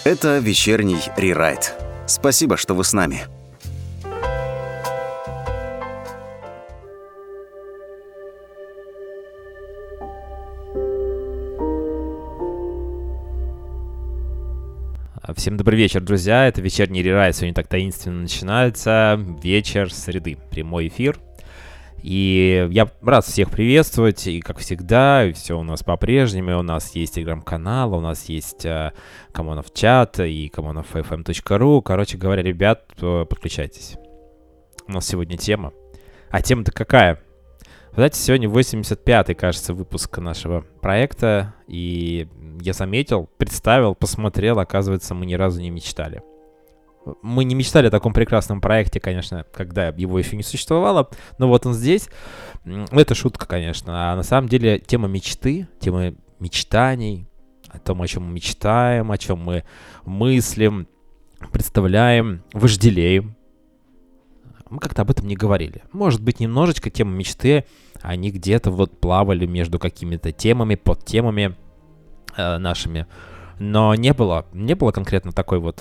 Это вечерний рерайт. Спасибо, что вы с нами. Всем добрый вечер, друзья. Это вечерний рерайт. Сегодня так таинственно начинается. Вечер среды. Прямой эфир. И я рад всех приветствовать. И как всегда, все у нас по-прежнему. У нас есть телеграм-канал, у нас есть Комонов чат и komonofm.ru. Короче говоря, ребят, подключайтесь. У нас сегодня тема. А тема-то какая? Вы знаете, сегодня 85-й, кажется, выпуск нашего проекта. И я заметил, представил, посмотрел, оказывается, мы ни разу не мечтали. Мы не мечтали о таком прекрасном проекте, конечно, когда его еще не существовало. Но вот он здесь. Это шутка, конечно. А на самом деле тема мечты, тема мечтаний, о том, о чем мы мечтаем, о чем мы мыслим, представляем, вожделеем. Мы как-то об этом не говорили. Может быть, немножечко темы мечты, они где-то вот плавали между какими-то темами, подтемами нашими. Но не было конкретно такого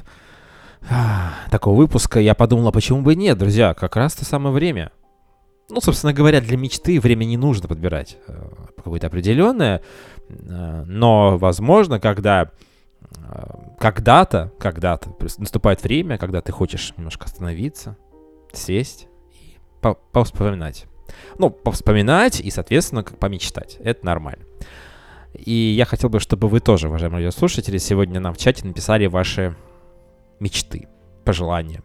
выпуска. Я подумал, а почему бы и нет, друзья? Как раз-то самое время. Ну, собственно говоря, для мечты время не нужно подбирать какое-то определенное. Но, возможно, когда когда-то наступает время, когда ты хочешь немножко остановиться, сесть и повспоминать. Ну, повспоминать и, соответственно, помечтать. Это нормально. И я хотел бы, чтобы вы тоже, уважаемые радиослушатели, сегодня нам в чате написали ваши мечты, пожелания.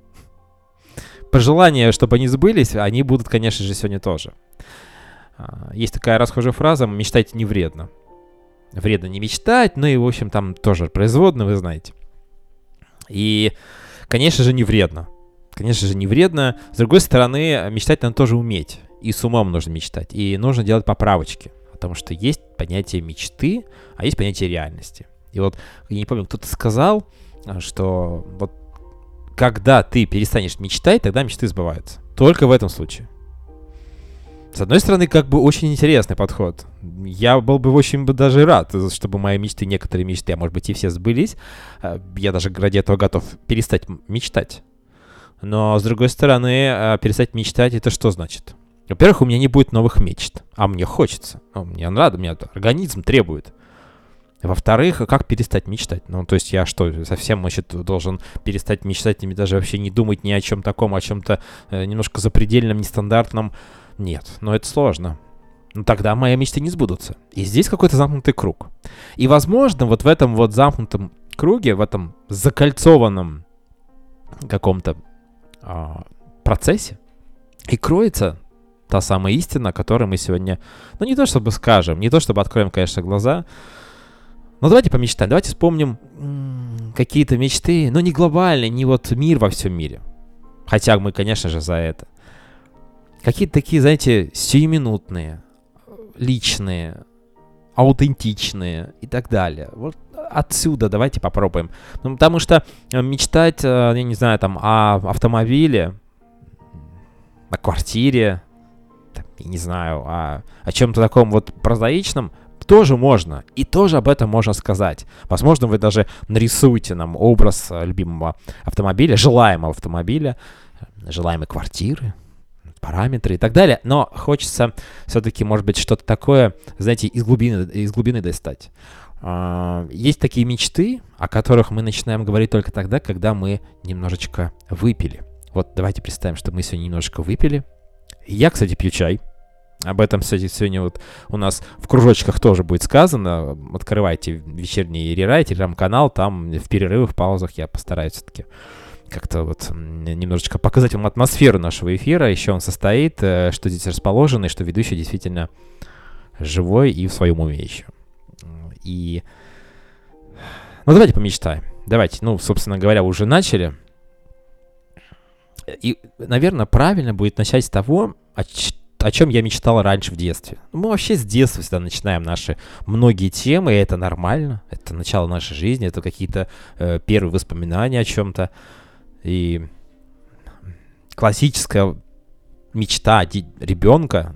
Пожелания, чтобы они сбылись, они будут, конечно же, сегодня тоже. Есть такая расхожая фраза: «Мечтать не вредно». Вредно не мечтать, ну и, в общем, там тоже производно, вы знаете. И, конечно же, не вредно. Конечно же, не вредно. С другой стороны, мечтать надо тоже уметь. И с умом нужно мечтать. И нужно делать поправочки. Потому что есть понятие мечты, а есть понятие реальности. И вот, я не помню, кто-то сказал, что вот когда ты перестанешь мечтать, тогда мечты сбываются. Только в этом случае. С одной стороны, как бы очень интересный подход. Я был бы очень даже рад, чтобы мои мечты, некоторые мечты, а может быть и все сбылись. Я даже ради этого готов перестать мечтать. Но, с другой стороны, перестать мечтать — это что значит? Во-первых, у меня не будет новых мечт, а мне хочется. Мне надо, мне организм требует. Во-вторых, как перестать мечтать? Ну, то есть я что, совсем, значит, должен перестать мечтать и даже вообще не думать ни о чем таком, о чем-то немножко запредельном, нестандартном? Нет, но это сложно. Ну, тогда мои мечты не сбудутся. И здесь какой-то замкнутый круг. И, возможно, вот в этом вот замкнутом круге, в этом закольцованном каком-то процессе и кроется та самая истина, о которой мы сегодня, ну, не то чтобы скажем, не то чтобы откроем, конечно, глаза, но давайте помечтаем, давайте вспомним какие-то мечты, но не глобальные, не вот мир во всем мире. Хотя мы, конечно же, за это. Какие-то такие, знаете, сиюминутные, личные, аутентичные и так далее. Вот отсюда давайте попробуем. Ну, потому что мечтать, я не знаю, там, о автомобиле, о квартире, там, я не знаю, о чем-то таком вот прозаичном тоже можно. И тоже об этом можно сказать. Возможно, вы даже нарисуете нам образ любимого автомобиля, желаемого автомобиля, желаемой квартиры, параметры и так далее. Но хочется все-таки, может быть, что-то такое, знаете, из глубины достать. Есть такие мечты, о которых мы начинаем говорить только тогда, когда мы немножечко выпили. Вот давайте представим, что мы сегодня немножечко выпили. Я, кстати, пью чай. Об этом, кстати, сегодня вот у нас в кружочках тоже будет сказано. Открывайте вечерний рерайт, телеграм-канал, там в перерывах, в паузах я постараюсь все-таки как-то вот немножечко показать вам атмосферу нашего эфира, еще он состоит, что здесь расположено, и что ведущий действительно живой и в своем уме еще. И... Ну, давайте помечтаем. Давайте, собственно говоря, уже начали. И, наверное, правильно будет начать с того, о чем я мечтал раньше в детстве. Мы вообще с детства всегда начинаем наши многие темы, и это нормально. Это начало нашей жизни, это какие-то первые воспоминания о чем-то. И классическая мечта ребенка,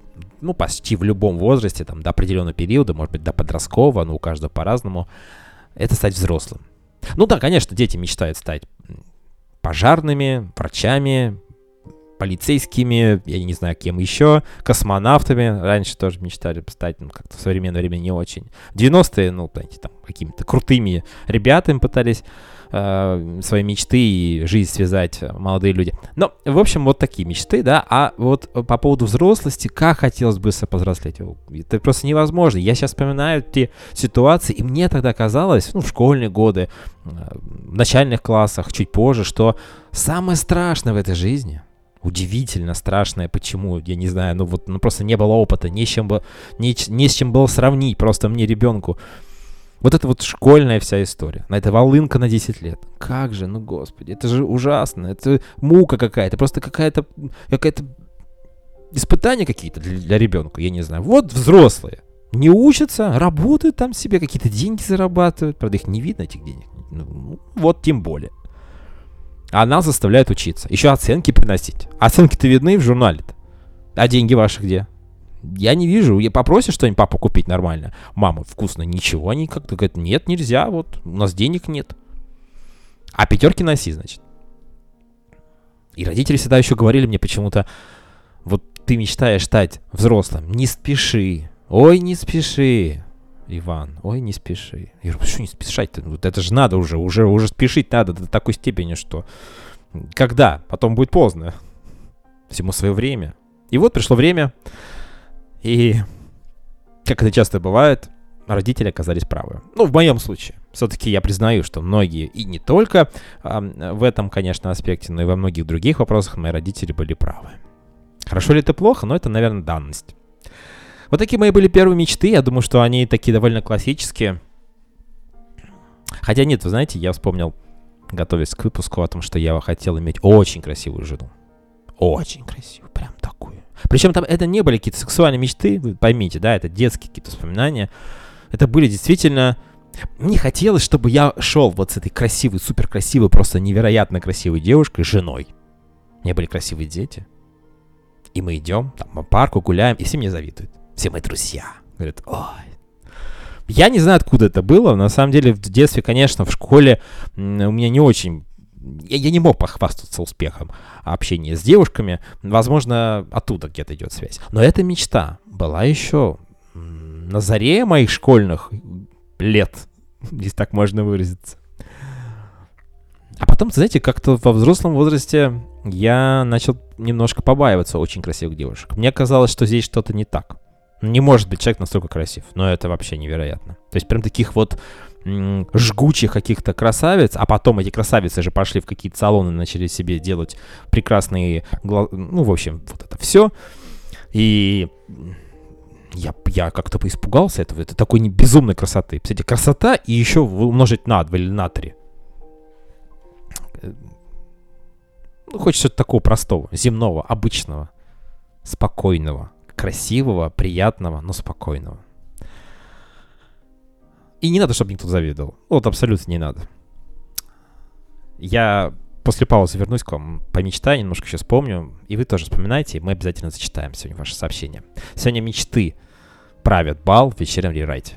почти в любом возрасте, там, до определенного периода, может быть, до подросткового, но у каждого по-разному, это стать взрослым. Ну да, конечно, дети мечтают стать пожарными, врачами, полицейскими, я не знаю, кем еще, космонавтами. Раньше тоже мечтали стать, как-то в современное время не очень. В 90-е, знаете, там, какими-то крутыми ребятами пытались свои мечты и жизнь связать молодые люди. Но, в общем, вот такие мечты, да. А вот по поводу взрослости, как хотелось быстро повзрослеть, это просто невозможно. Я сейчас вспоминаю те ситуации, и мне тогда казалось, в школьные годы, в начальных классах, чуть позже, что самое страшное в этой жизни, удивительно страшное, почему, я не знаю, просто не было опыта, не с чем было сравнить, просто мне, ребенку. Вот это вот школьная вся история. Это волынка на 10 лет. Как же, господи, это же ужасно. Это мука какая-то. Просто какая-то испытания какие-то для ребенка, я не знаю. Вот взрослые. Не учатся, работают там себе, какие-то деньги зарабатывают. Правда, их не видно, этих денег. Вот тем более. А нас заставляют учиться. Еще оценки приносить. Оценки-то видны в журнале-то. А деньги ваши где? Я не вижу. Я попросишь что-нибудь папу купить нормально. Мама, вкусно, ничего. Они как-то говорят, нет, нельзя, у нас денег нет. А 5 носи, значит. И родители всегда еще говорили мне почему-то, ты мечтаешь стать взрослым, не спеши. Ой, не спеши, Иван, ой, не спеши. Я говорю, что не спешать-то? Это же надо уже спешить надо до такой степени, что когда? Потом будет поздно. Всему свое время. И вот пришло время. И, как это часто бывает, родители оказались правы. В моем случае. Все-таки я признаю, что многие, и не только в этом, конечно, аспекте, но и во многих других вопросах мои родители были правы. Хорошо ли это плохо? Но это, наверное, данность. Вот такие мои были первые мечты. Я думаю, что они такие довольно классические. Хотя нет, вы знаете, я вспомнил, готовясь к выпуску, о том, что я хотел иметь очень красивую жену. Очень красивую, прям такую. Причем там это не были какие-то сексуальные мечты, вы поймите, да, это детские какие-то воспоминания. Это были действительно... Мне хотелось, чтобы я шел с этой красивой, супер красивой, просто невероятно красивой девушкой, женой. У меня были красивые дети. И мы идем там по парку, гуляем, и все мне завидуют. Все мои друзья. Говорят, ой. Я не знаю, откуда это было. На самом деле, в детстве, конечно, в школе у меня не очень... Я не мог похвастаться успехом общения с девушками. Возможно, оттуда где-то идет связь. Но эта мечта была еще на заре моих школьных лет, если так можно выразиться. А потом, знаете, как-то во взрослом возрасте я начал немножко побаиваться очень красивых девушек. Мне казалось, что здесь что-то не так. Не может быть человек настолько красив. Но это вообще невероятно. То есть прям таких жгучих каких-то красавиц, а потом эти красавицы же пошли в какие-то салоны, начали себе делать прекрасные в общем, вот это все. И я как-то испугался этого. Это такой безумной красоты. Кстати, красота и еще умножить на 2 или на 3. Хочется что-то такого простого, земного, обычного, спокойного, красивого, приятного, но спокойного. И не надо, чтобы никто завидовал. Абсолютно не надо. Я после паузы вернусь к вам, помечтаю, немножко сейчас вспомню. И вы тоже вспоминайте, мы обязательно зачитаем сегодня ваши сообщения. Сегодня мечты правят бал в вечернем рерайте.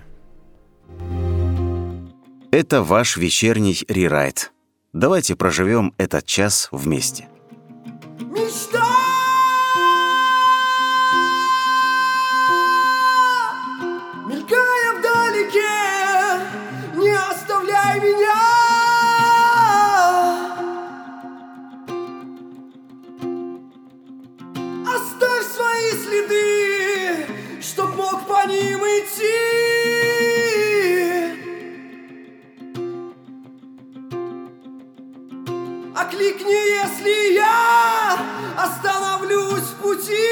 Это ваш вечерний рерайт. Давайте проживем этот час вместе. Мечта! Мелькая вдалеке, не оставляй меня. Оставь свои следы, чтоб мог по ним идти. Окликни, если я остановлюсь в пути.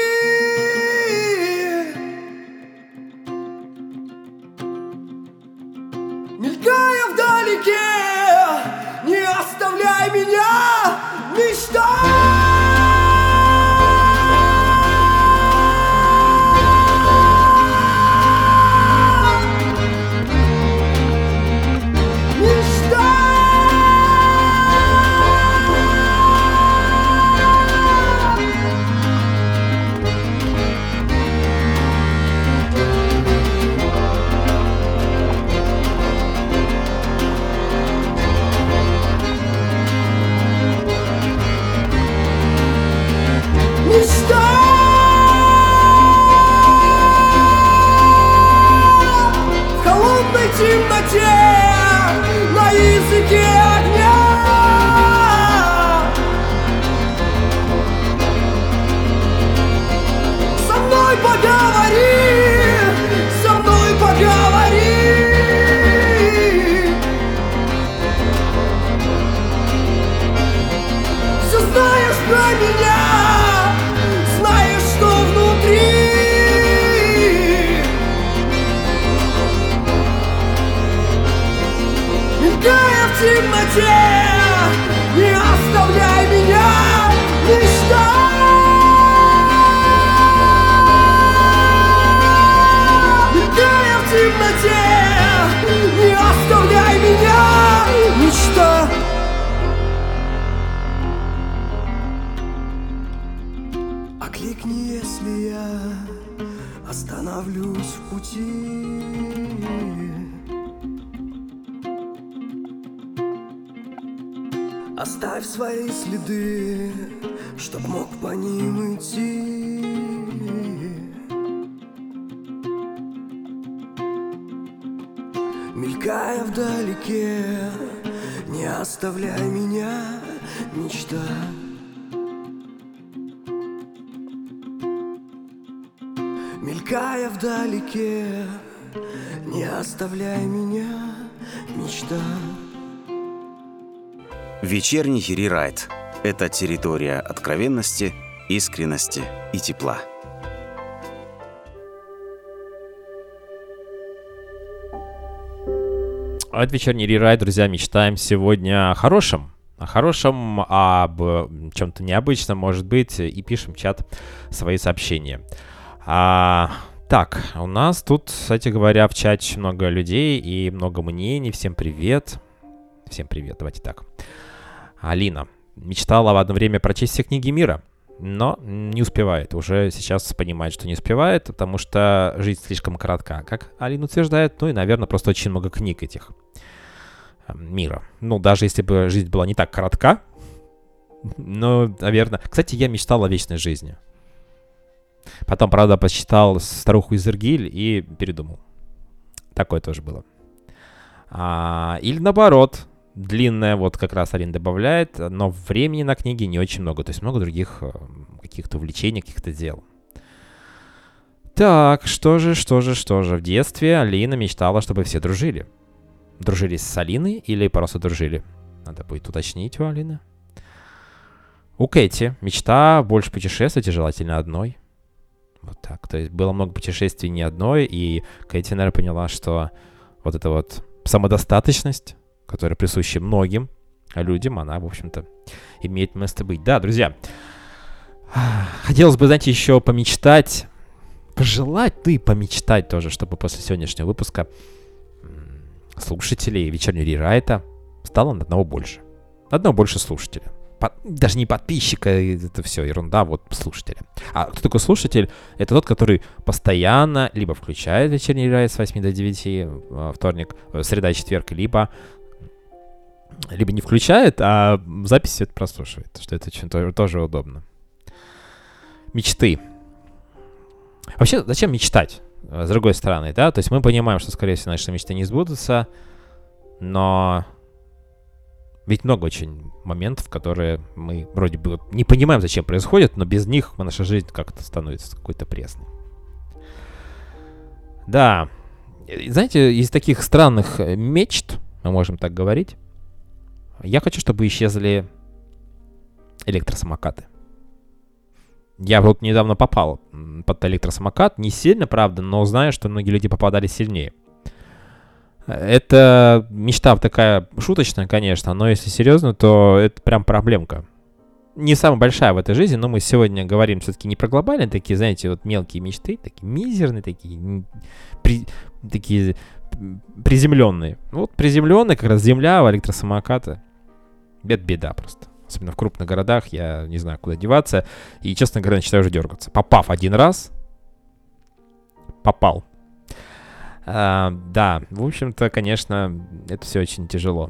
Мелькая вдалеке, не оставляй меня, мечта! мигая в темноте, не оставляй меня, мечта. Мигая в темноте, не оставляй меня, мечта. Окликни, если я остановлюсь в пути. Оставь свои следы, чтоб мог по ним идти. Мелькая вдалеке, не оставляй меня, мечта. Мелькая вдалеке, не оставляй меня, мечта. Вечерний рерайт – это территория откровенности, искренности и тепла. Это вечерний рерайт, друзья, мечтаем сегодня о хорошем, об чем-то необычном, может быть, и пишем в чат свои сообщения. Так, у нас тут, кстати говоря, в чате много людей и много мнений. Всем привет. Всем привет, давайте так. Алина мечтала в одно время прочесть все книги мира, но не успевает. Уже сейчас понимает, что не успевает, потому что жизнь слишком коротка, как Алина утверждает. Ну и, наверное, просто очень много книг этих мира. Ну, даже если бы жизнь была не так коротка, но, наверное... Кстати, я мечтал о вечной жизни. Потом, правда, посчитал старуху из Иргиль и передумал. Такое тоже было. Или наоборот, длинная, вот как раз Алина добавляет, но времени на книги не очень много. То есть много других каких-то увлечений, каких-то дел. Так, что же. В детстве Алина мечтала, чтобы все дружили. Дружили с Алиной или просто дружили? Надо будет уточнить у Алины. У Кэти мечта больше путешествовать и желательно одной. Вот так. То есть было много путешествий не одной, и Кэти, наверное, поняла, что вот эта вот самодостаточность, которая присуща многим людям, она, в общем-то, имеет место быть. Да, друзья, хотелось бы, знаете, еще помечтать, пожелать, ну и помечтать тоже, чтобы после сегодняшнего выпуска слушателей вечернего рерайта стало на одного больше. На одного больше слушателя. Даже не подписчика, это все ерунда, вот слушателя. А кто такой слушатель? Это тот, который постоянно либо включает вечерний рерайт с 8 до 9, вторник, среда и четверг, либо не включает, а в записи это прослушивает, что это очень тоже удобно. Мечты. Вообще, зачем мечтать? С другой стороны, да? То есть мы понимаем, что, скорее всего, наши мечты не сбудутся, но ведь много очень моментов, которые мы вроде бы не понимаем, зачем происходят, но без них наша жизнь как-то становится какой-то пресной. Да. Знаете, из таких странных мечт, мы можем так говорить, я хочу, чтобы исчезли электросамокаты. Я вот недавно попал под электросамокат, не сильно, правда, но знаю, что многие люди попадали сильнее. Это мечта такая шуточная, конечно, но если серьезно, то это прям проблемка. Не самая большая в этой жизни, но мы сегодня говорим все-таки не про глобальные такие, знаете, вот мелкие мечты, такие мизерные, такие приземленные. Вот приземленные, как раз земля, электросамокаты. Это беда просто. Особенно в крупных городах, я не знаю, куда деваться. И, честно говоря, начинаю уже дергаться. Попав один раз, попал. Да, в общем-то, конечно, это все очень тяжело.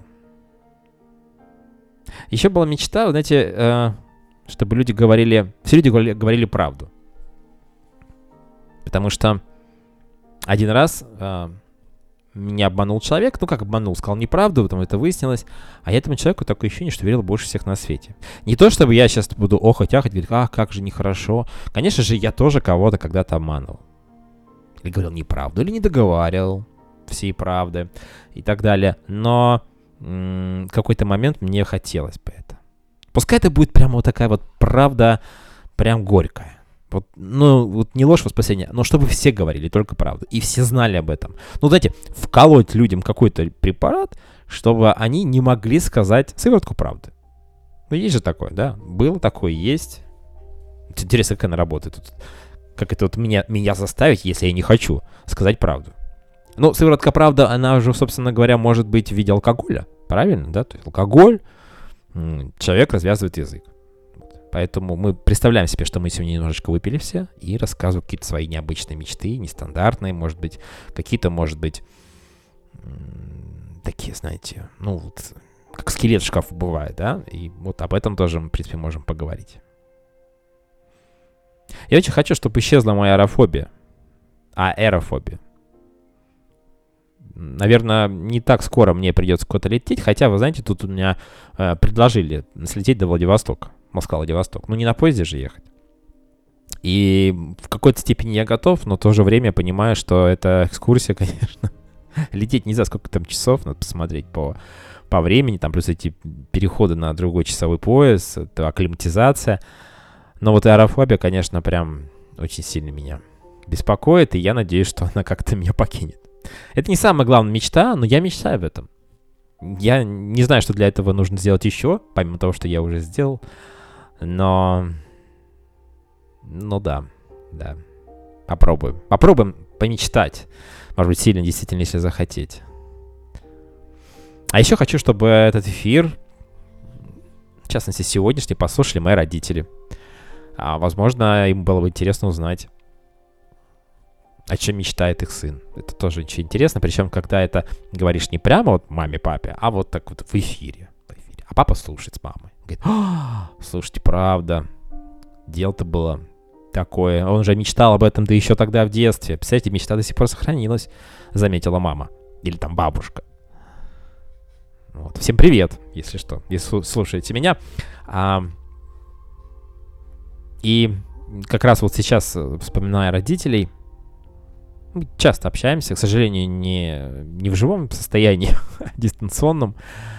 Еще была мечта, знаете, чтобы люди говорили правду. Потому что один раз меня обманул человек, ну как обманул, сказал неправду, потом это выяснилось, а я этому человеку такое ощущение, что верил больше всех на свете. Не то, чтобы я сейчас буду охать-ахать, говорить, как же нехорошо. Конечно же, я тоже кого-то когда-то обманул. Или говорил неправду, или не договаривал всей правды и так далее. Но в какой-то момент мне хотелось бы это. Пускай это будет прямо вот такая вот правда, прям горькая. Вот, ну, вот не ложь во спасение, но чтобы все говорили только правду. И все знали об этом. Ну, знаете, вколоть людям какой-то препарат, чтобы они не могли сказать сыворотку правды. Ну, есть же такое, да? Было такое, есть. Интересно, как она работает тут. Как это вот меня заставить, если я не хочу сказать правду? Ну, сыворотка правды, она уже, собственно говоря, может быть в виде алкоголя. Правильно, да? То есть алкоголь, человек развязывает язык. Поэтому мы представляем себе, что мы сегодня немножечко выпили все и рассказываем какие-то свои необычные мечты, нестандартные, может быть, какие-то, может быть, такие, знаете, ну, вот, как скелет в шкафу бывает, да? И вот об этом тоже мы, в принципе, можем поговорить. Я очень хочу, чтобы исчезла моя аэрофобия. Аэрофобия. Наверное, не так скоро мне придется куда-то лететь, хотя, вы знаете, тут у меня предложили слететь до Владивостока. Москва-Владивосток. Ну, не на поезде же ехать. И в какой-то степени я готов, но в то же время понимаю, что это экскурсия, конечно. Лететь нельзя, сколько там часов, надо посмотреть по времени, там плюс эти переходы на другой часовой пояс, это акклиматизация. Но вот аэрофобия, конечно, прям очень сильно меня беспокоит, и я надеюсь, что она как-то меня покинет. Это не самая главная мечта, но я мечтаю об этом. Я не знаю, что для этого нужно сделать еще, помимо того, что я уже сделал. Но... Ну да. Попробуем. Попробуем помечтать. Может быть, сильно, действительно, если захотеть. А еще хочу, чтобы этот эфир, в частности, сегодняшний, послушали мои родители. Возможно, им было бы интересно узнать, о чем мечтает их сын. Это тоже очень интересно. Причем, когда это говоришь не прямо вот маме, папе, а вот так вот в эфире. А папа слушает с мамой. Говорит, слушайте, правда, дело-то было такое. Он же мечтал об этом, да еще тогда в детстве. Представляете, мечта до сих пор сохранилась, заметила мама. Или там бабушка. Вот. Всем привет, если что, если слушаете меня. И как раз вот сейчас, вспоминая родителей, мы часто общаемся, к сожалению, не в живом состоянии, а дистанционном.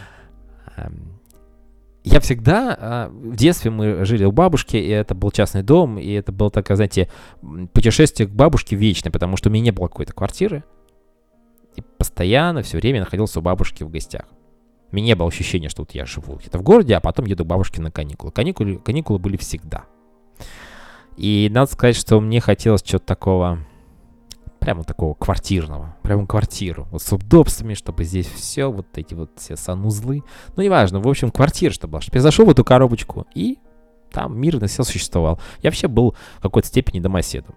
Я всегда... В детстве мы жили у бабушки, и это был частный дом, и это было такое, знаете, путешествие к бабушке вечное, потому что у меня не было какой-то квартиры. И постоянно, все время находился у бабушки в гостях. У меня не было ощущения, что вот я живу где-то в городе, а потом еду к бабушке на каникулы. Каникулы были всегда. И надо сказать, что мне хотелось чего-то такого... Прямо такого квартирного. Прямо квартиру. Вот с удобствами, чтобы здесь все, вот эти вот все санузлы. Ну, неважно. В общем, квартира, чтобы была. Чтобы я зашел в эту коробочку, и там мирно все существовал. Я вообще был в какой-то степени домоседом.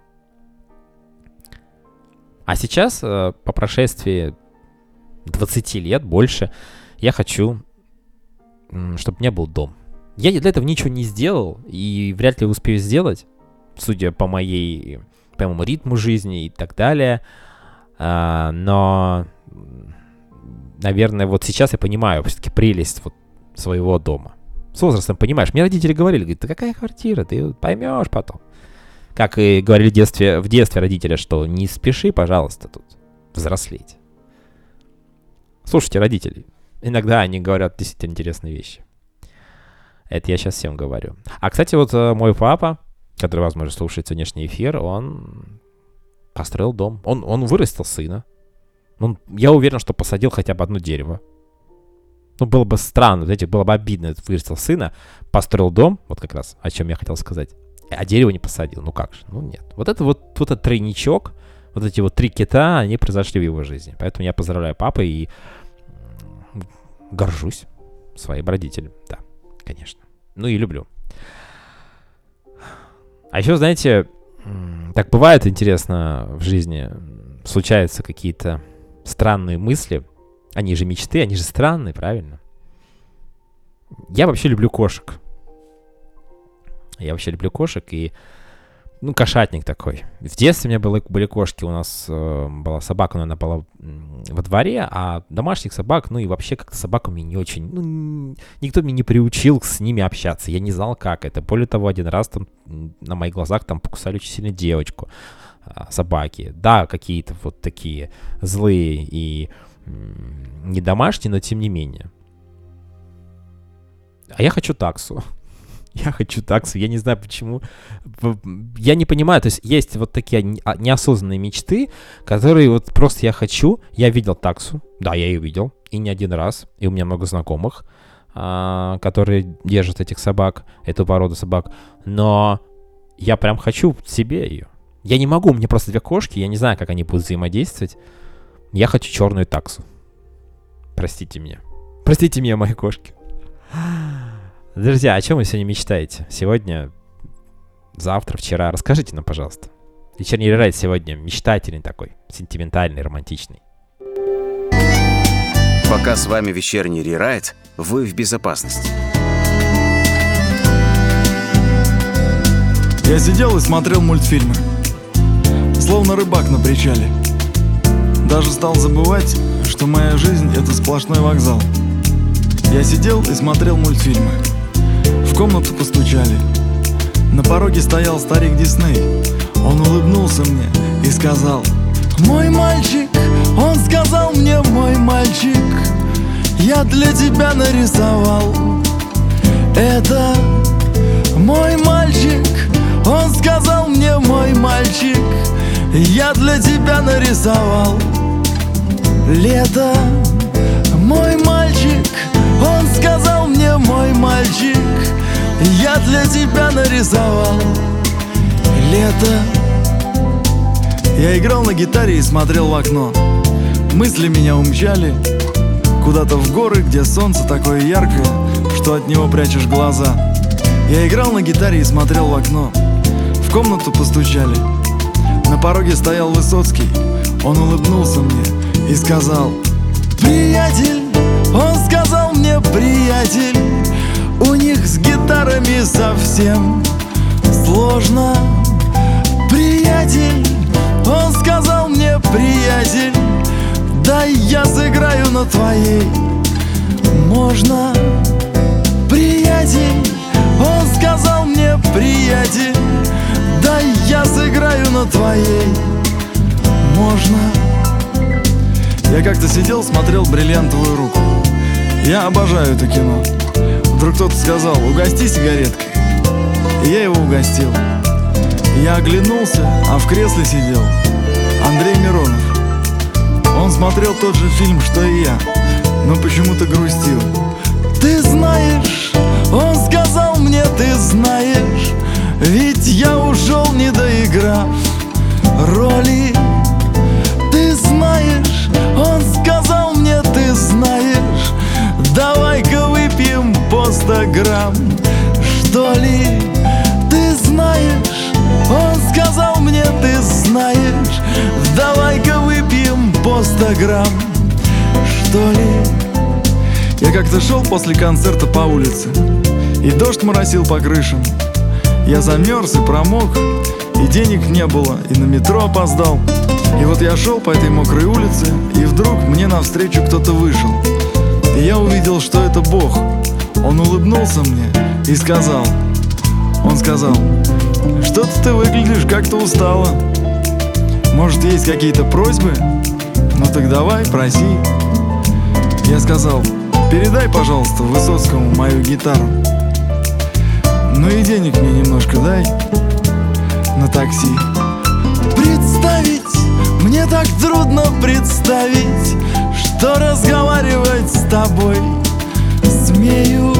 А сейчас, по прошествии 20 лет, больше, я хочу, чтобы у меня был дом. Я для этого ничего не сделал, и вряд ли успею сделать, судя по моему ритму жизни и так далее. Но, наверное, вот сейчас я понимаю все-таки прелесть вот своего дома. С возрастом понимаешь. Мне родители говорили, говорят, да какая квартира, ты поймешь потом. Как и говорили в детстве родители, что не спеши, пожалуйста, тут взрослеть. Слушайте родителей. Иногда они говорят действительно интересные вещи. Это я сейчас всем говорю. А, кстати, вот мой папа, который, возможно, слушает сегодняшний эфир, он построил дом. Он вырастил сына. Я уверен, что посадил хотя бы одно дерево. Ну, было бы странно, знаете, было бы обидно. Вырастил сына, построил дом, вот как раз, о чем я хотел сказать, а дерево не посадил. Ну как же? Ну нет. Вот этот тройничок, вот эти вот 3 кита, они произошли в его жизни. Поэтому я поздравляю папу и горжусь своим родителям. Да, конечно. Ну и люблю. А еще, знаете, так бывает интересно в жизни, случаются какие-то странные мысли. Они же мечты, они же странные, правильно? Я вообще люблю кошек. И, кошатник такой. В детстве у меня были кошки, у нас была собака, но она была во дворе, а домашних собак, и вообще как-то собака мне не очень... никто меня не приучил с ними общаться, я не знал, как это. Более того, один раз там на моих глазах там покусали очень сильно девочку, собаки. Да, какие-то вот такие злые и не домашние, но тем не менее. А я хочу таксу. Я хочу таксу, я не знаю почему. Я не понимаю, то есть вот такие неосознанные мечты, которые вот просто я хочу. Я видел таксу, да, я ее видел, и не один раз. И у меня много знакомых, которые держат этих собак, эту породу собак. Но я прям хочу себе ее. Я не могу, у меня просто 2 кошки, я не знаю, как они будут взаимодействовать. Я хочу черную таксу. Простите меня. Простите меня, мои кошки. Друзья, о чем вы сегодня мечтаете? Сегодня, завтра, вчера? Расскажите нам, пожалуйста. Вечерний рерайт сегодня мечтательный такой, сентиментальный, романтичный. Пока с вами вечерний рерайт, вы в безопасности. Я сидел и смотрел мультфильмы, словно рыбак на причале. Даже стал забывать, что моя жизнь — это сплошной вокзал. Я сидел и смотрел мультфильмы. В комнату постучали. На пороге стоял старик Дисней. Он улыбнулся мне и сказал: «Мой мальчик», он сказал мне: «Мой мальчик, я для тебя нарисовал. Это мой мальчик», он сказал мне: «Мой мальчик, я для тебя нарисовал лето». Мой мальчик, он сказал мне: «Мой мальчик, я для тебя нарисовал лето». Я играл на гитаре и смотрел в окно. Мысли меня умчали куда-то в горы, где солнце такое яркое, что от него прячешь глаза. Я играл на гитаре и смотрел в окно. В комнату постучали. На пороге стоял Высоцкий. Он улыбнулся мне и сказал: «Приятель», он сказал мне: «Приятель, у них с гитарами совсем сложно». «Приятель», он сказал мне: «Приятель, дай я сыграю на твоей, можно». «Приятель», он сказал мне: «Приятель, дай я сыграю на твоей, можно». Я как-то сидел, смотрел «Бриллиантовую руку». Я обожаю это кино. Вдруг кто-то сказал: «Угости сигареткой». И я его угостил. Я оглянулся, а в кресле сидел Андрей Миронов. Он смотрел тот же фильм, что и я, но почему-то грустил. «Ты знаешь», он сказал мне: «Ты знаешь, ведь я ушел, не доиграв роли». «Ты знаешь», он сказал мне: «Ты знаешь, давай-ка выпьем по 100 грамм, что ли». «Ты знаешь», он сказал мне: «Ты знаешь, давай-ка выпьем по 100 грамм, что ли». Я как-то шел после концерта по улице, и дождь моросил по крышам. Я замерз и промок, и денег не было, и на метро опоздал. И вот я шел по этой мокрой улице, и вдруг мне навстречу кто-то вышел. И я увидел, что это Бог. Он улыбнулся мне и сказал: он сказал: «Что-то ты выглядишь как-то устало. Может, есть какие-то просьбы? Ну так давай, проси». Я сказал: «Передай, пожалуйста, Высоцкому мою гитару. Ну и денег мне немножко дай на такси». Представить, мне так трудно представить, что разговаривать с тобой смею.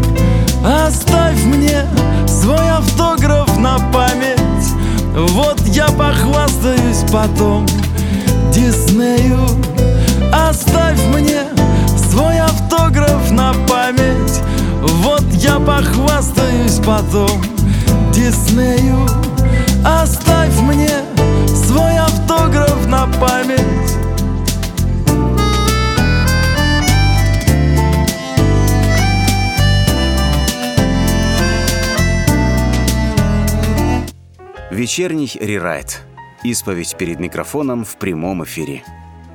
Оставь мне свой автограф на память, вот я похвастаюсь потом Диснею. Оставь мне свой автограф на память, вот я похвастаюсь потом Диснею. Оставь мне свой автограф на память. Вечерний рерайт. Исповедь перед микрофоном в прямом эфире.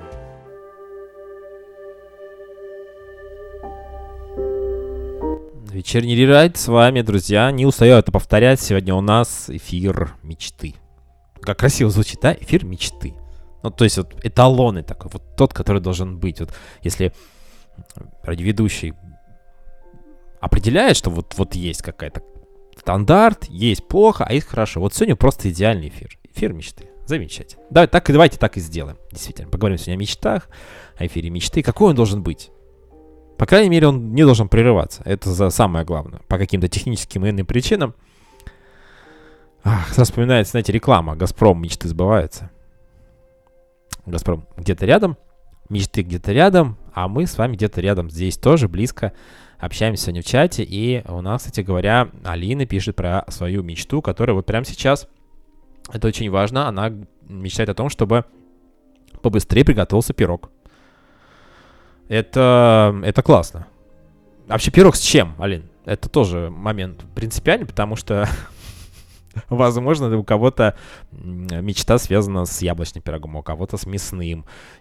Вечерний рерайт с вами, друзья. Не устаю это повторять. Сегодня у нас эфир мечты. Как красиво звучит, да? Эфир мечты. Ну, то есть вот эталонный такой, вот тот, который должен быть. Вот если радиоведущий определяет, что вот есть какая-то стандарт, есть плохо, а есть хорошо. Вот сегодня просто идеальный эфир. Эфир мечты. Замечательно. Давайте так и сделаем. Действительно, поговорим сегодня о мечтах, о эфире мечты. Какой он должен быть? По крайней мере, он не должен прерываться. Это самое главное. По каким-то техническим и иным причинам. Сразу вспоминается, знаете, реклама. «Газпром» мечты сбываются. «Газпром» где-то рядом, мечты где-то рядом, а мы с вами где-то рядом здесь тоже, близко общаемся сегодня в чате. И у нас, кстати говоря, Алина пишет про свою мечту, которая вот прямо сейчас, это очень важно, она мечтает о том, чтобы побыстрее приготовился пирог. Это классно. Вообще пирог с чем, Алин? Это тоже момент принципиальный, потому что, возможно, у кого-то мечта связана с яблочным пирогом, у кого-то с мясным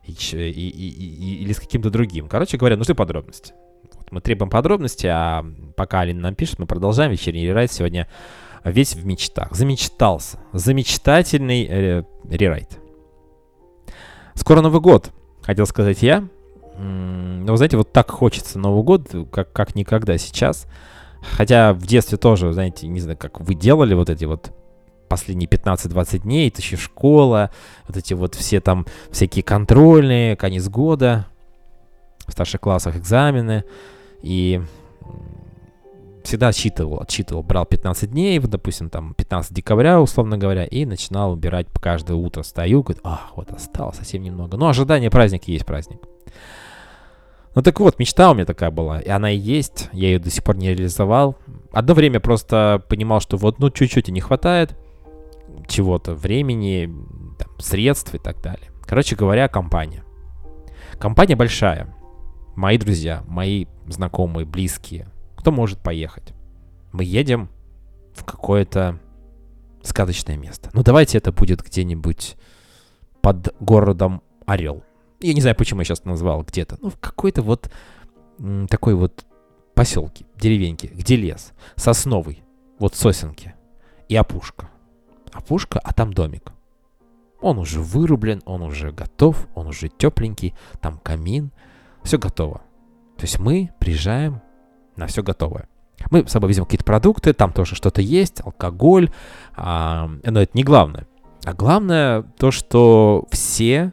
или с каким-то другим. Короче говоря, нужны подробности. Вот, мы требуем подробности, а пока Алина нам пишет, мы продолжаем вечерний рерайт. Сегодня весь в мечтах. Замечтался. Замечтательный рерайт. Скоро Новый год, хотел сказать я. Но, вы знаете, вот так хочется Новый год, как никогда сейчас. Хотя в детстве тоже, знаете, не знаю, как вы делали вот эти вот последние 15-20 дней, это еще школа, вот эти вот все там всякие контрольные, конец года, в старших классах экзамены. И всегда отчитывал, брал 15 дней, вот, допустим, там 15 декабря, условно говоря, и начинал убирать каждое утро. Стою, говорю, вот осталось совсем немного. Но ожидание праздника есть праздник. Ну так вот, мечта у меня такая была, и она и есть, я ее до сих пор не реализовал. Одно время просто понимал, что вот, чуть-чуть и не хватает чего-то, времени, там, средств и так далее. Короче говоря, компания. Компания большая. Мои друзья, мои знакомые, близкие. Кто может поехать? Мы едем в какое-то сказочное место. Давайте это будет где-нибудь под городом Орел. Я не знаю, почему я сейчас назвал где-то. В какой-то вот такой вот поселке, деревеньке, где лес, сосновый, вот сосенки и опушка. Опушка, а там домик. Он уже вырублен, он уже готов, он уже тепленький, там камин, все готово. То есть мы приезжаем на все готовое. Мы с собой везем какие-то продукты, там тоже что-то есть, алкоголь, но это не главное. А главное то, что все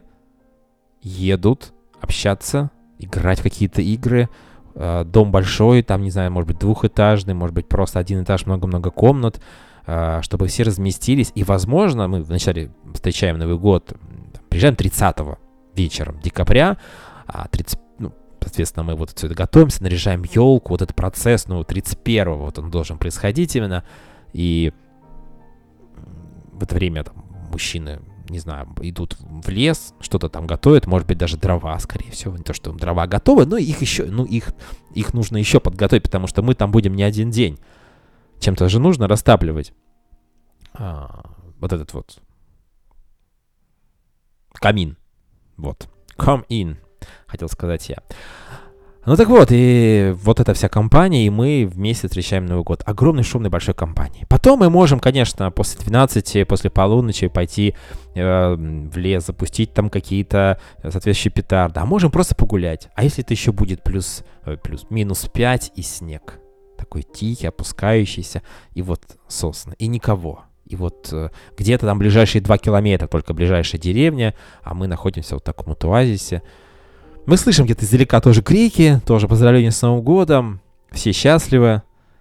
едут общаться, играть в какие-то игры. Дом большой, там, не знаю, может быть, двухэтажный, может быть, просто один этаж, много-много комнат, чтобы все разместились. И, возможно, мы вначале встречаем Новый год, приезжаем 30-го вечером декабря, соответственно, мы вот все это готовимся, наряжаем елку, вот этот процесс, 31-го вот он должен происходить именно. И в это время там мужчины, не знаю, идут в лес, что-то там готовят, может быть, даже дрова, скорее всего. Не то, что дрова готовы, но их еще, их нужно еще подготовить, потому что мы там будем не один день. Чем-то же нужно растапливать вот этот вот камин. Вот. Come in, хотел сказать я. Так вот, и вот эта вся компания, и мы вместе встречаем Новый год. Огромной, шумной, большой компании. Потом мы можем, конечно, после 12, после полуночи пойти в лес, запустить там какие-то соответствующие петарды. А можем просто погулять. А если это еще будет минус 5 и снег? Такой тихий, опускающийся, и вот сосны, и никого. И вот где-то там ближайшие 2 километра, только ближайшая деревня, а мы находимся в таком вот оазисе. Мы слышим где-то издалека тоже крики, тоже поздравления с Новым годом. Все счастливы.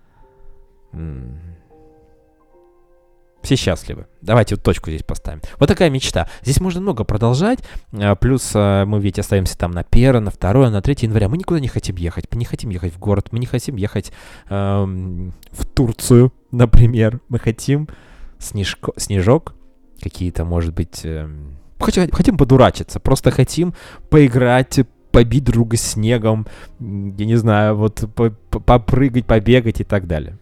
Все счастливы. Давайте вот точку здесь поставим. Вот такая мечта. Здесь можно много продолжать. Плюс мы ведь остаемся там на 1, на 2, на 3 января. Мы никуда не хотим ехать. Мы не хотим ехать в город. Мы не хотим ехать в Турцию, например. Мы хотим снежок. Какие-то, может быть... Хотим подурачиться, просто хотим поиграть, побить друга снегом, я не знаю, вот попрыгать, побегать и так далее.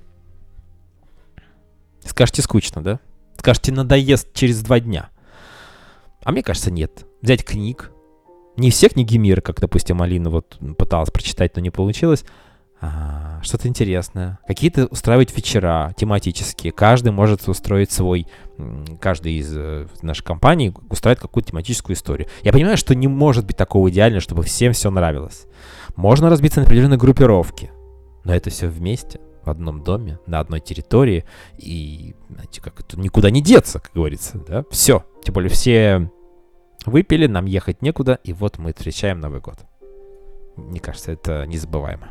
Скажете, скучно, да? Скажете, надоест через 2 дня. А мне кажется, нет. Взять книг. Не все книги мира, как, допустим, Алина вот пыталась прочитать, но не получилось. Что-то интересное. Какие-то устраивать вечера тематические. Каждый может устроить свой. Каждый из нашей компании устраивает какую-то тематическую историю. Я понимаю, что не может быть такого идеального, чтобы всем все нравилось. Можно разбиться на определенные группировки. Но это все вместе. одном доме, на одной территории, и, знаете, как это никуда не деться, как говорится, да, все. Тем более все выпили, нам ехать некуда, и вот мы встречаем Новый год. Мне кажется, это незабываемо.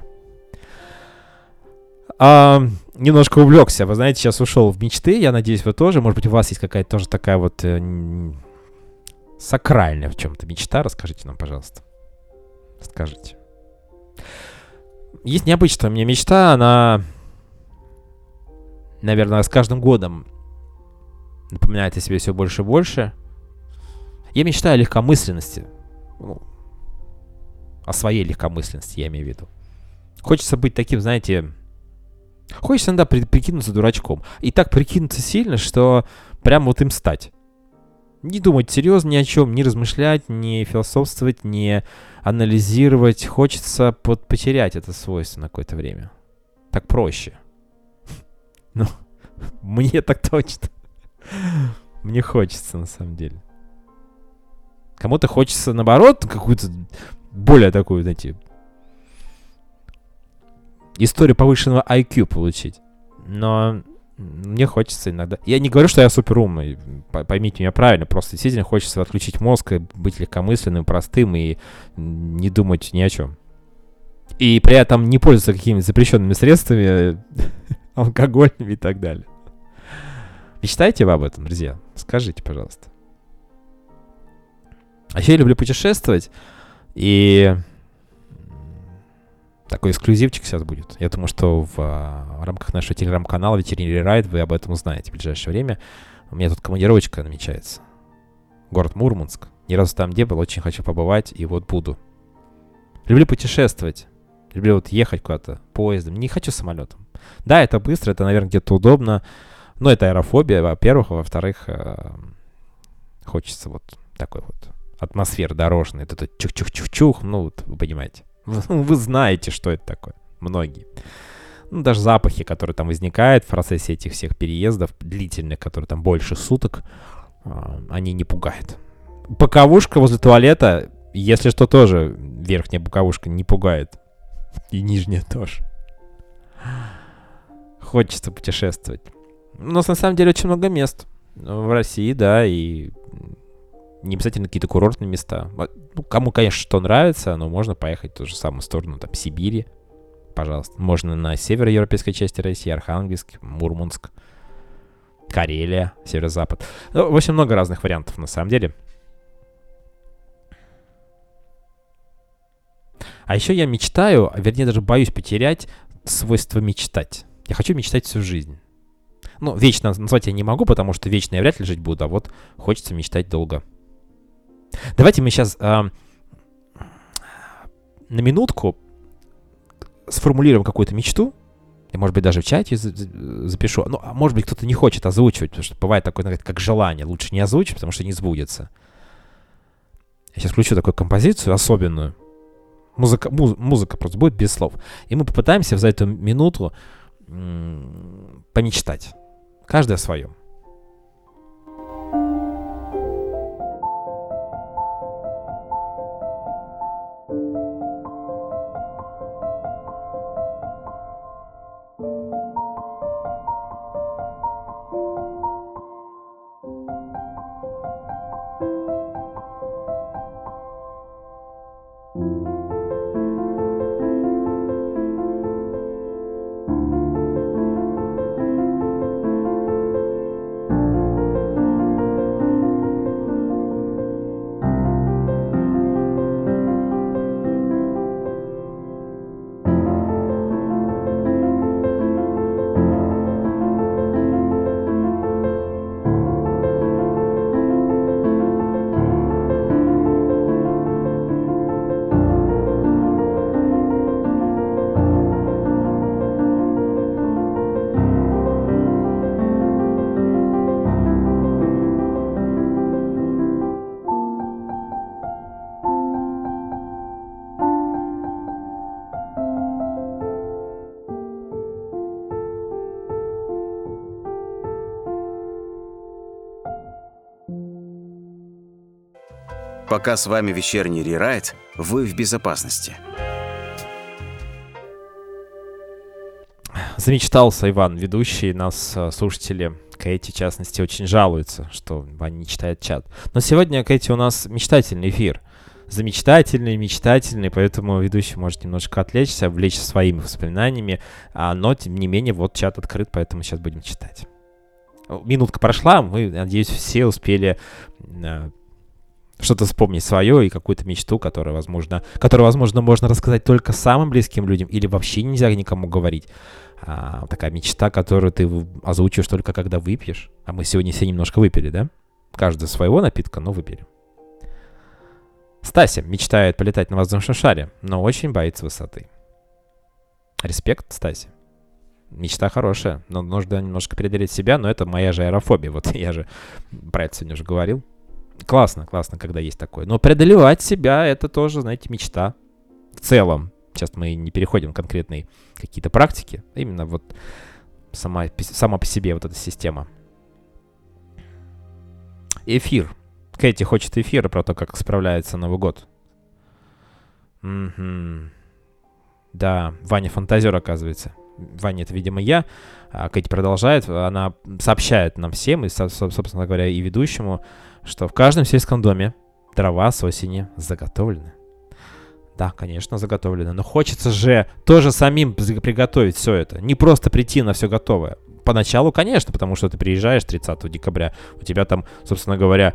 Немножко увлекся. Вы знаете, сейчас ушел в мечты. Я надеюсь, вы тоже. Может быть, у вас есть какая-то тоже такая вот сакральная в чем-то мечта. Расскажите нам, пожалуйста. Скажите. Есть необычная у меня мечта. Она, наверное, с каждым годом напоминает о себе все больше и больше. Я мечтаю о легкомысленности. Ну, о своей легкомысленности, я имею в виду. Хочется быть таким, знаете... Хочется иногда прикинуться дурачком. И так прикинуться сильно, что прям вот им стать. Не думать серьезно ни о чем, не размышлять, не философствовать, не анализировать. Хочется потерять это свойство на какое-то время. Так проще. Ну, мне так точно. Мне хочется, на самом деле. Кому-то хочется, наоборот, какую-то более такую, знаете... историю повышенного IQ получить. Но мне хочется иногда... Я не говорю, что я суперумный. Поймите меня правильно. Просто действительно хочется отключить мозг и быть легкомысленным, простым и не думать ни о чем. И при этом не пользоваться какими-то запрещенными средствами, алкогольными и так далее. Мечтаете вы об этом, друзья? Скажите, пожалуйста. А еще я люблю путешествовать. И... такой эксклюзивчик сейчас будет. Я думаю, что в рамках нашего телеграм-канала «Вечерний рерайт» вы об этом узнаете в ближайшее время. У меня тут командировочка намечается. Город Мурманск. Ни разу там не был, очень хочу побывать, и вот буду. Люблю путешествовать. Люблю вот ехать куда-то поездом. Не хочу самолетом. Да, это быстро, это, наверное, где-то удобно. Но это аэрофобия, во-первых. А во-вторых, хочется вот такой вот атмосферы дорожной. Это чух-чух-чух-чух. Ну, вот, вы понимаете. Вы знаете, что это такое. Многие. Ну, даже запахи, которые там возникают в процессе этих всех переездов, длительных, которые там больше суток, они не пугают. Боковушка возле туалета, если что, тоже верхняя боковушка не пугает. И нижняя тоже. Хочется путешествовать. У нас на самом деле очень много мест. В России, да, и... не обязательно какие-то курортные места. Ну, кому, конечно, что нравится, но можно поехать в ту же самую сторону, там, Сибири, пожалуйста. Можно на североевропейской части России, Архангельск, Мурманск, Карелия, северо-запад. Ну, в общем, много разных вариантов, на самом деле. А еще я мечтаю, вернее, даже боюсь потерять свойство мечтать. Я хочу мечтать всю жизнь. Ну, вечно назвать я не могу, потому что вечно я вряд ли жить буду, а вот хочется мечтать долго. Давайте мы сейчас на минутку сформулируем какую-то мечту. Я, может быть, даже в чате запишу. Ну, а может быть, кто-то не хочет озвучивать, потому что бывает такое, как желание. Лучше не озвучивать, потому что не сбудется. Я сейчас включу такую композицию особенную. Музыка просто будет без слов. И мы попытаемся за эту минуту помечтать. Каждый о своем. Пока с вами вечерний рерайт, вы в безопасности. Замечтался Иван, ведущий, нас слушатели, Кэти, в частности, очень жалуются, что Ваня не читает чат. Но сегодня, Кэти, у нас мечтательный эфир. Мечтательный, поэтому ведущий может немножко отвлечься, увлечься своими воспоминаниями, но, тем не менее, вот чат открыт, поэтому сейчас будем читать. Минутка прошла, мы, надеюсь, все успели что-то вспомнить свое и какую-то мечту, которую, возможно, можно рассказать только самым близким людям или вообще нельзя никому говорить. Такая мечта, которую ты озвучиваешь только когда выпьешь. А мы сегодня все немножко выпили, да? Каждый своего напитка, но выпили. Стася мечтает полетать на воздушном шаре, но очень боится высоты. Респект, Стасе. Мечта хорошая, но нужно немножко преодолеть себя, но это моя же аэрофобия. Вот я же про это сегодня уже говорил. Классно, когда есть такое. Но преодолевать себя — это тоже, знаете, мечта. В целом. Сейчас мы не переходим в конкретные какие-то практики. Именно вот сама по себе вот эта система. Эфир. Кэти хочет эфира про то, как справляется Новый год. Да, Ваня фантазер, оказывается. Ваня — это, видимо, я. Кэти продолжает. Она сообщает нам всем, и, собственно говоря, и ведущему, что в каждом сельском доме дрова с осени заготовлены. Да, конечно, заготовлены. Но хочется же тоже самим приготовить все это. Не просто прийти на все готовое. Поначалу, конечно, потому что ты приезжаешь 30 декабря, у тебя там, собственно говоря,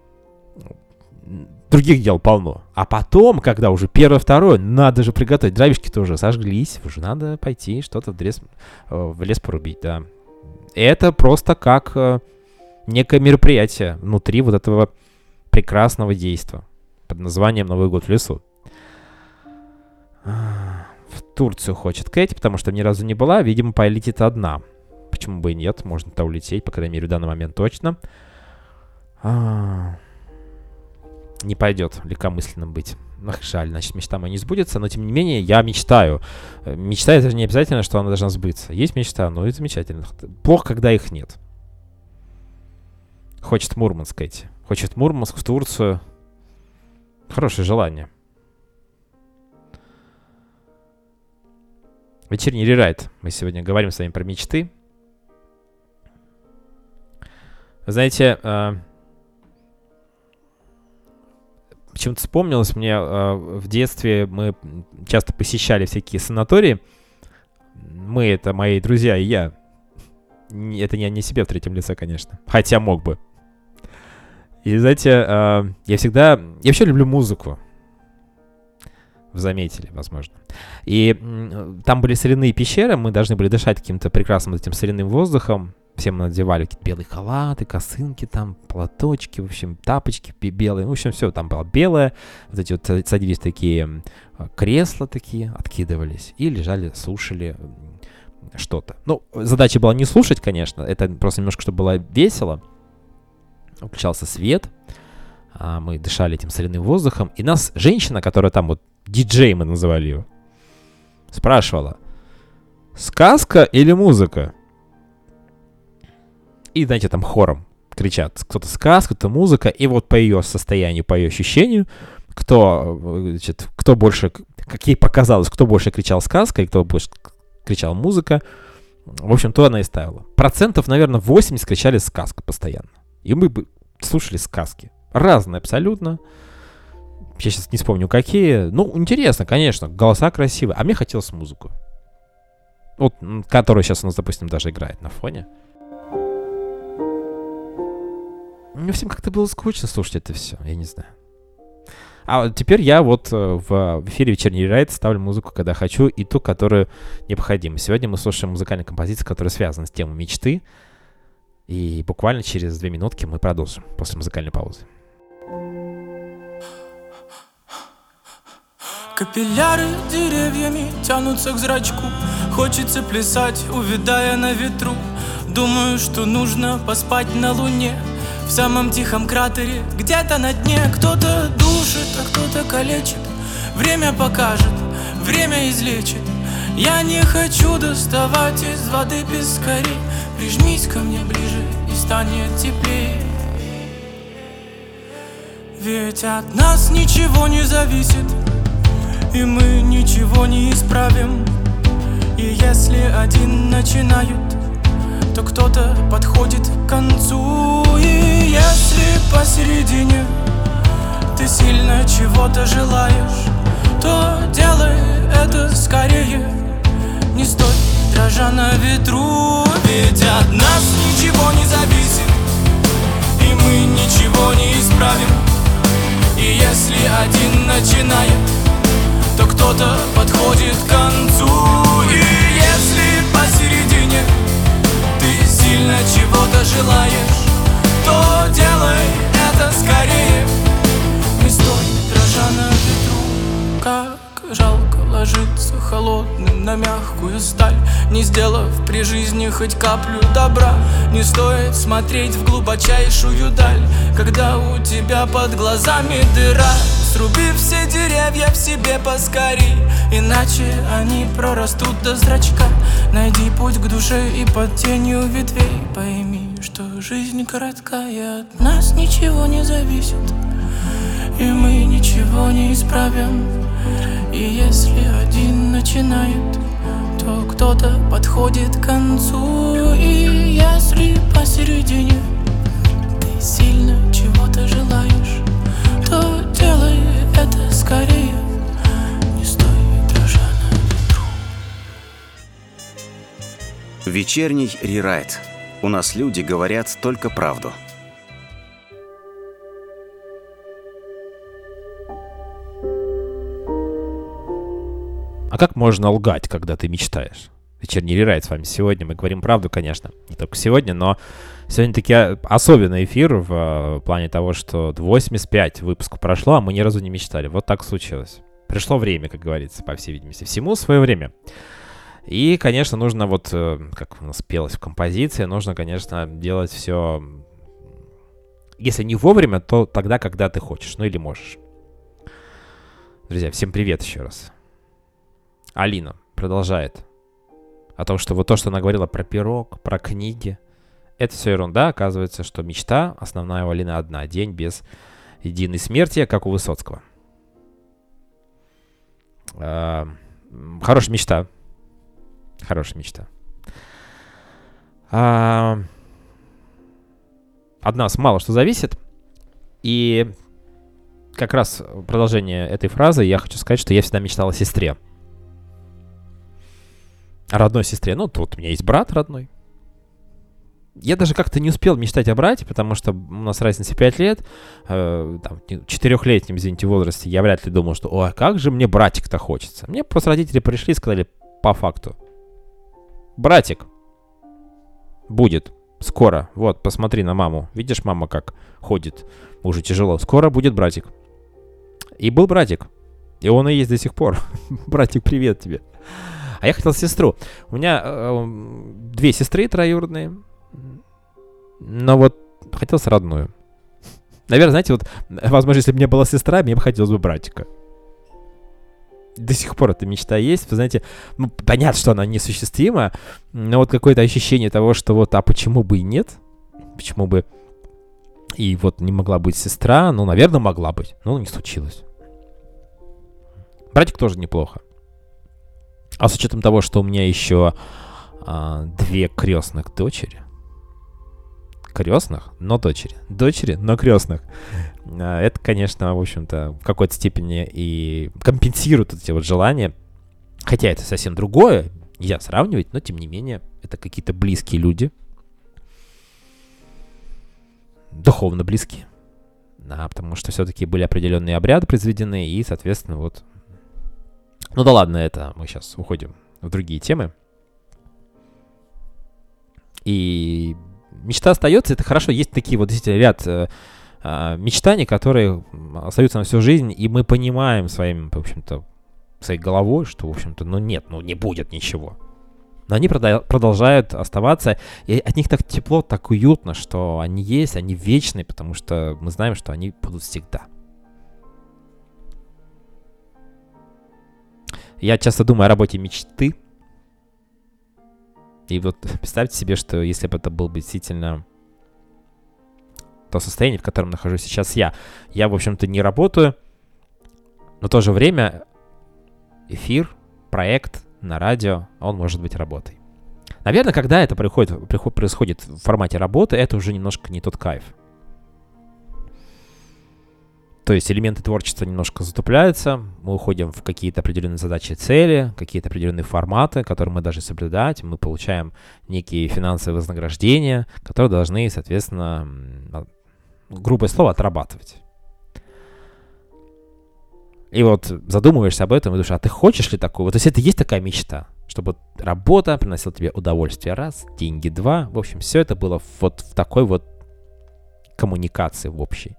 других дел полно. А потом, когда уже 1-2, надо же приготовить. Дровишки тоже сожглись, уже надо пойти что-то в лес порубить, да. Это просто как некое мероприятие внутри вот этого прекрасного действа под названием «Новый год в лесу». В Турцию хочет Кэти, потому что ни разу не была. Видимо, полетит одна. Почему бы и нет? Можно туда улететь, по крайней мере, в данный момент точно. Не пойдет легкомысленным быть. Ах, жаль, значит, мечта моя не сбудется, но тем не менее я мечтаю. Мечта — это же не обязательно, что она должна сбыться. Есть мечта, но это замечательно. Плохо, когда их нет. Хочет Мурманск, Кэти. Хочет Мурманск, в Турцию. Хорошее желание. Вечерний рерайт. Мы сегодня говорим с вами про мечты. Вы знаете, почему-то вспомнилось мне, в детстве мы часто посещали всякие санатории. Мы — это мои друзья и я. Это не себе в третьем лице, конечно. Хотя мог бы. И, знаете, я вообще люблю музыку. Вы заметили, возможно. И там были соляные пещеры, мы должны были дышать каким-то прекрасным этим соляным воздухом. Все мы надевали какие-то белые халаты, косынки там, платочки, в общем, тапочки белые. В общем, все там было белое. Вот эти вот садились такие кресла такие, откидывались и лежали, слушали что-то. Ну, задача была не слушать, конечно, это просто немножко, чтобы было весело. Включался свет, мы дышали этим соляным воздухом, и нас женщина, которая там вот, диджей мы называли ее, спрашивала: сказка или музыка? И, знаете, там хором кричат. Кто-то сказка, кто-то музыка. И вот по ее состоянию, по ее ощущению, кто больше, как ей показалось, кто больше кричал сказка и кто больше кричал музыка, в общем, то она и ставила. Процентов, наверное, 80 кричали сказка постоянно. И мы бы слушали сказки. Разные абсолютно. Я сейчас не вспомню, какие. Ну, интересно, конечно. Голоса красивые. А мне хотелось музыку. Вот, которая сейчас у нас, допустим, даже играет на фоне. Мне всем как-то было скучно слушать это все. Я не знаю. А теперь я вот в эфире «Вечерний райд» ставлю музыку, когда хочу, и ту, которую необходима. Сегодня мы слушаем музыкальную композицию, которая связана с темой мечты. И буквально через 2 минутки мы продолжим после музыкальной паузы. Капилляры деревьями тянутся к зрачку. Хочется плясать, увядая на ветру. Думаю, что нужно поспать на луне. В самом тихом кратере, где-то на дне. Кто-то душит, а кто-то калечит. Время покажет, время излечит. Я не хочу доставать из воды пескари. Прижмись ко мне ближе и станет теплее. Ведь от нас ничего не зависит, и мы ничего не исправим. И если один начинают, то кто-то подходит к концу. И если посередине ты сильно чего-то желаешь, то делай это скорее, не стой, дрожа на ветру. Ведь от нас ничего не зависит, и мы ничего не исправим. И если один начинает, то кто-то подходит к концу. И если посередине ты сильно чего-то желаешь, то делай это скорее, не стой, дрожа на ветру. Как жалко ложиться холодным на мягкую сталь, не сделав при жизни хоть каплю добра. Не стоит смотреть в глубочайшую даль, когда у тебя под глазами дыра. Сруби все деревья в себе поскорей, иначе они прорастут до зрачка. Найди путь к душе и под тенью ветвей пойми, что жизнь коротка, и от нас ничего не зависит, и мы ничего не исправим. И если один начинает, то кто-то подходит к концу. И если посередине ты сильно чего-то желаешь, то делай это скорее, не стой, дрожа на ветру. Вечерний рерайт. У нас люди говорят только правду. А как можно лгать, когда ты мечтаешь? Вечерний рерайт с вами сегодня. Мы говорим правду, конечно, не только сегодня, но сегодня таки особенный эфир в плане того, что 85 выпусков прошло, а мы ни разу не мечтали. Вот так случилось. Пришло время, как говорится, по всей видимости. Всему свое время. И, конечно, нужно вот, как у нас пелось в композиции, нужно, конечно, делать все, если не вовремя, то тогда, когда ты хочешь, ну или можешь. Друзья, всем привет еще раз. Алина продолжает о том, что вот то, что она говорила про пирог, про книги, это все ерунда. Оказывается, что мечта основная у Алины одна. День без единой смерти, как у Высоцкого. Хорошая мечта. Хорошая мечта. От нас мало что зависит. И как раз продолжение этой фразы я хочу сказать, что я всегда мечтал о сестре. О родной сестре. Ну, тут у меня есть брат родной. Я даже как-то не успел мечтать о брате, потому что у нас разница 5 лет. В 4-летнем, извините, возрасте я вряд ли думал, что ой, как же мне братик-то хочется. Мне просто родители пришли и сказали по факту: братик будет скоро. Вот, посмотри на маму. Видишь, мама как ходит. Уже тяжело. Скоро будет братик. И был братик. И он и есть до сих пор. Братик, привет тебе. А я хотел сестру. У меня 2 сестры троюродные. Но вот хотелось родную. Наверное, знаете, вот, возможно, если бы мне была сестра, мне бы хотелось бы братика. До сих пор эта мечта есть. Вы знаете, ну, понятно, что она неосуществима, но вот какое-то ощущение того, что вот, а почему бы и нет? Почему бы и вот не могла быть сестра? Ну, наверное, могла быть, но не случилось. Братик тоже неплохо. А с учетом того, что у меня еще 2 крестных дочери. Крестных, но дочери. Дочери, но крестных. Это, конечно, в общем-то, в какой-то степени и компенсирует эти вот желания. Хотя это совсем другое. Нельзя сравнивать, но тем не менее, это какие-то близкие люди. Духовно близкие. Да, потому что все-таки были определенные обряды произведены, и, соответственно, вот. Ну да ладно, это мы сейчас уходим в другие темы. И мечта остается, это хорошо. Есть такие вот действительно ряд мечтаний, которые остаются на всю жизнь, и мы понимаем своим, в общем-то, своей головой, что, в общем-то, ну нет, ну не будет ничего. Но они продолжают оставаться, и от них так тепло, так уютно, что они есть, они вечные, потому что мы знаем, что они будут всегда. Я часто думаю о работе мечты. И вот представьте себе, что если бы это был бы действительно то состояние, в котором нахожусь сейчас я, в общем-то, не работаю, но в то же время эфир, проект на радио, он может быть работой. Наверное, когда это происходит в формате работы, это уже немножко не тот кайф. То есть элементы творчества немножко затупляются, мы уходим в какие-то определенные задачи и цели, какие-то определенные форматы, которые мы должны соблюдать, мы получаем некие финансовые вознаграждения, которые должны, соответственно, грубое слово, отрабатывать. И вот задумываешься об этом и думаешь, а ты хочешь ли такого? Вот, то есть это есть такая мечта, чтобы работа приносила тебе удовольствие раз, деньги два. В общем, все это было вот в такой вот коммуникации в общей.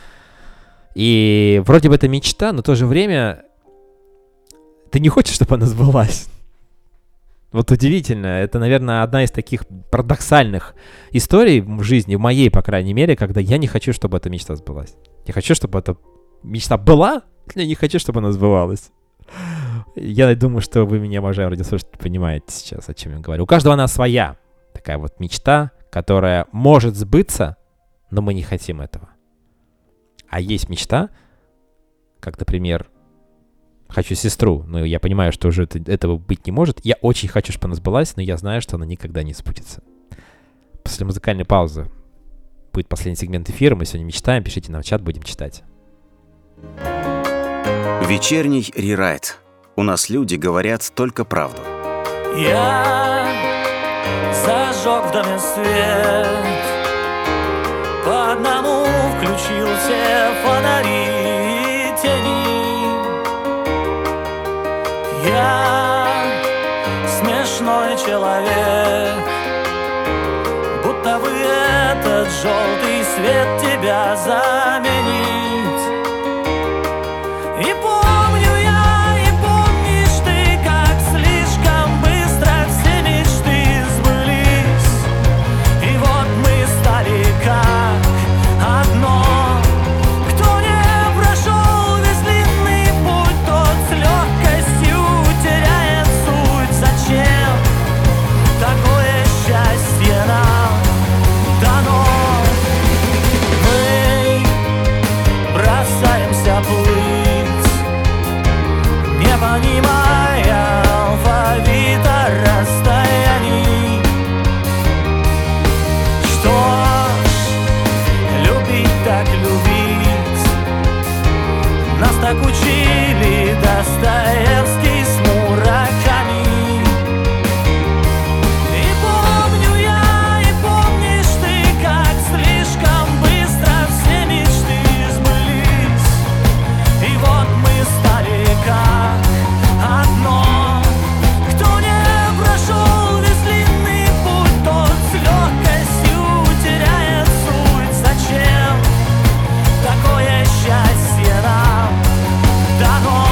И вроде бы это мечта, но в то же время ты не хочешь, чтобы она сбылась. Вот удивительно. Это, наверное, одна из таких парадоксальных историй в жизни, в моей, по крайней мере, когда я не хочу, чтобы эта мечта сбылась. Я хочу, чтобы эта мечта была, но я не хочу, чтобы она сбывалась. Я думаю, что вы меня, уважаемые радиослушатели, понимаете сейчас, о чем я говорю. У каждого она своя. Такая вот мечта, которая может сбыться, но мы не хотим этого. А есть мечта, как, например, хочу сестру, но я понимаю, что уже этого быть не может. Я очень хочу, чтобы она сбылась, но я знаю, что она никогда не сбудется. После музыкальной паузы будет последний сегмент эфира. Мы сегодня мечтаем. Пишите нам в чат, будем читать. Вечерний рерайт. У нас люди говорят только правду. Я зажег в доме свет, по одному включил все фонари и тени. Я смешной человек, будто бы этот желтый свет тебя заменит. И помню я, и помнишь ты, как слишком быстро все мечты сбылись. И вот мы стали как одно. Кто не прошел весь длинный путь, тот с легкостью теряет суть. Зачем такое счастье нам дано? Мы бросаемся плыть, не понимая алфавита расстояний. Что ж, любить так любить, нас так учили Достоевский с Мураками. И помню я, и помнишь ты, как слишком быстро все мечты сбылись. И вот мы стали как одно. Кто не прошел весь длинный путь, тот с легкостью теряет суть. Зачем такое счастье нам дано?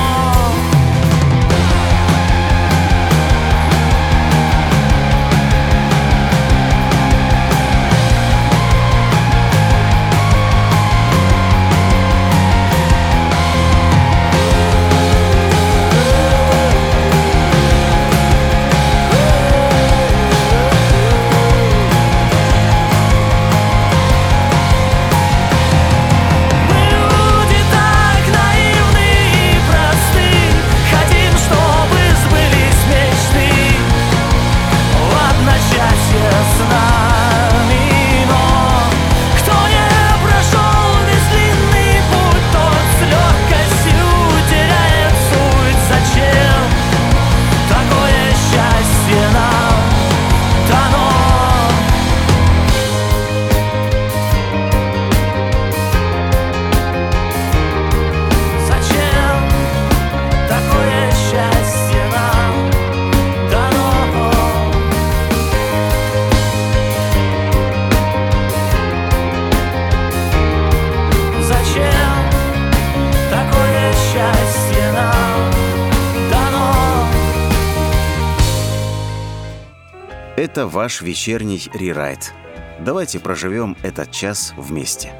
Мы люди так наивны и просты, хотим, чтобы сбылись мечты. Ладно, счастье с нами, но кто не прошел весь длинный путь, тот с легкостью теряет суть. Зачем такое счастье нам дано? Зачем такое счастье нам дано? Зачем такое счастье нам дано? Это ваш вечерний рерайт. Давайте проживем этот час вместе.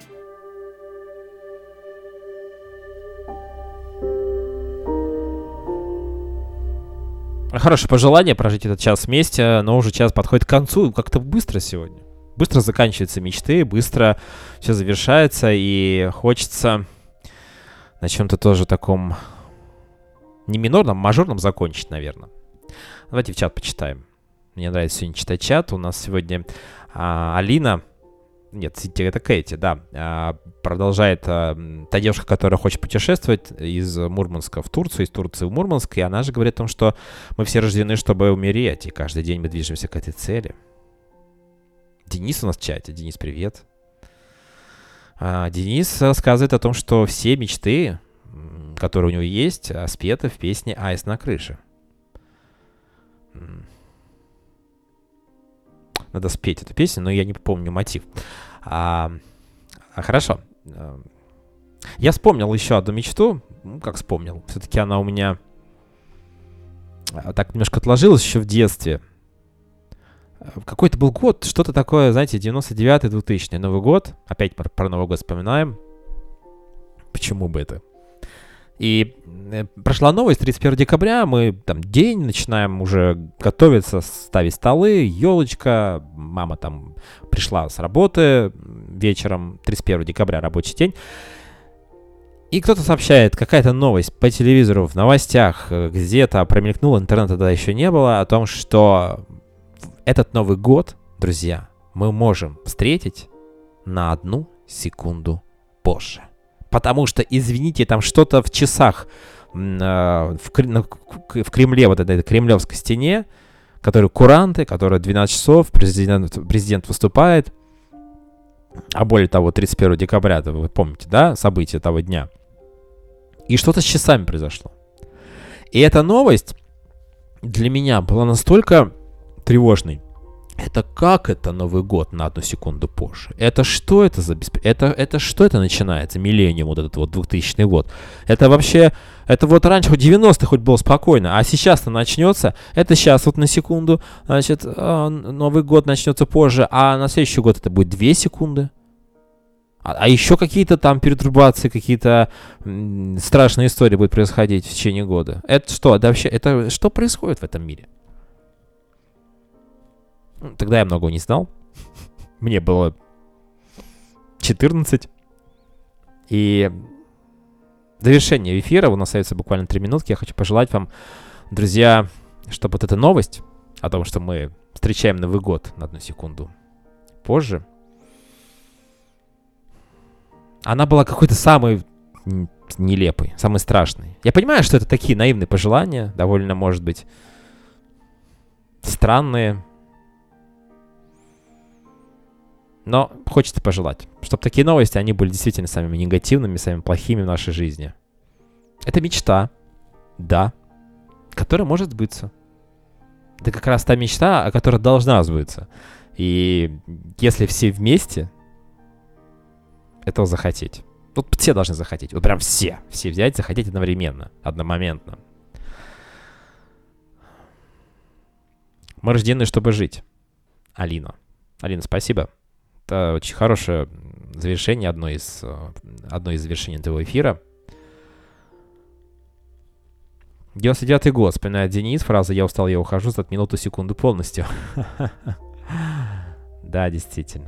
Хорошее пожелание прожить этот час вместе, но уже час подходит к концу. Как-то быстро сегодня. Быстро заканчиваются мечты, быстро все завершается, и хочется на чем-то тоже таком не минорном, мажорном закончить, наверное. Давайте в чат почитаем. Мне нравится сегодня читать чат. У нас сегодня Алина... Нет, это Кэти, да. Продолжает та девушка, которая хочет путешествовать из Мурманска в Турцию, из Турции в Мурманск. И она же говорит о том, что мы все рождены, чтобы умереть. И каждый день мы движемся к этой цели. Денис у нас в чате. Денис, привет. Денис рассказывает о том, что все мечты, которые у него есть, спеты в песне «Аист на крыше». Надо спеть эту песню, но я не помню мотив. Хорошо. Я вспомнил еще одну мечту. Как вспомнил? Все-таки она у меня так немножко отложилась еще в детстве. Какой-то был год, что-то такое, знаете, 99-й, 2000-й, Новый год. Опять про Новый год вспоминаем. Почему бы это? И прошла новость, 31 декабря, мы там день, начинаем уже готовиться, ставить столы, елочка, мама там пришла с работы вечером, 31 декабря, рабочий день. И кто-то сообщает, какая-то новость по телевизору, в новостях, где-то промелькнула, интернета тогда еще не было, о том, что этот Новый год, друзья, мы можем встретить на 1 секунду позже. Потому что, извините, там что-то в часах в Кремле, вот этой кремлевской стене, которые куранты, которые 12 часов, президент выступает. А более того, 31 декабря, вы помните, да, события того дня. И что-то с часами произошло. И эта новость для меня была настолько тревожной. Это как это Новый год на 1 секунду позже? Это что это за это что это начинается? Миллениум, вот этот вот 2000 год. Это вообще, это вот раньше хоть 90-х хоть было спокойно, а сейчас-то начнется. Это сейчас вот на секунду, значит, Новый год начнется позже, а на следующий год это будет 2 секунды. А еще какие-то там перетрубации, какие-то страшные истории будут происходить в течение года. Это что? Да вообще, это что происходит в этом мире? Тогда я многого не знал. Мне было 14. И в завершение эфира, у нас остается буквально 3 минутки, я хочу пожелать вам, друзья, чтобы вот эта новость о том, что мы встречаем Новый год на 1 секунду позже, она была какой-то самой нелепой, самой страшной. Я понимаю, что это такие наивные пожелания, довольно, может быть, странные. Но хочется пожелать, чтобы такие новости, они были действительно самыми негативными, самыми плохими в нашей жизни. Это мечта, да, которая может сбыться. Это как раз та мечта, о которой должна сбыться. И если все вместе этого захотеть. Вот все должны захотеть. Вот прям все. Все взять, захотеть одновременно, одномоментно. Мы рождены, чтобы жить. Алина. Алина, спасибо. Это очень хорошее завершение, одно из завершений этого эфира. 99-й год, вспоминает Денис, фраза «я устал, я ухожу» за минуту, секунду полностью. Да, действительно.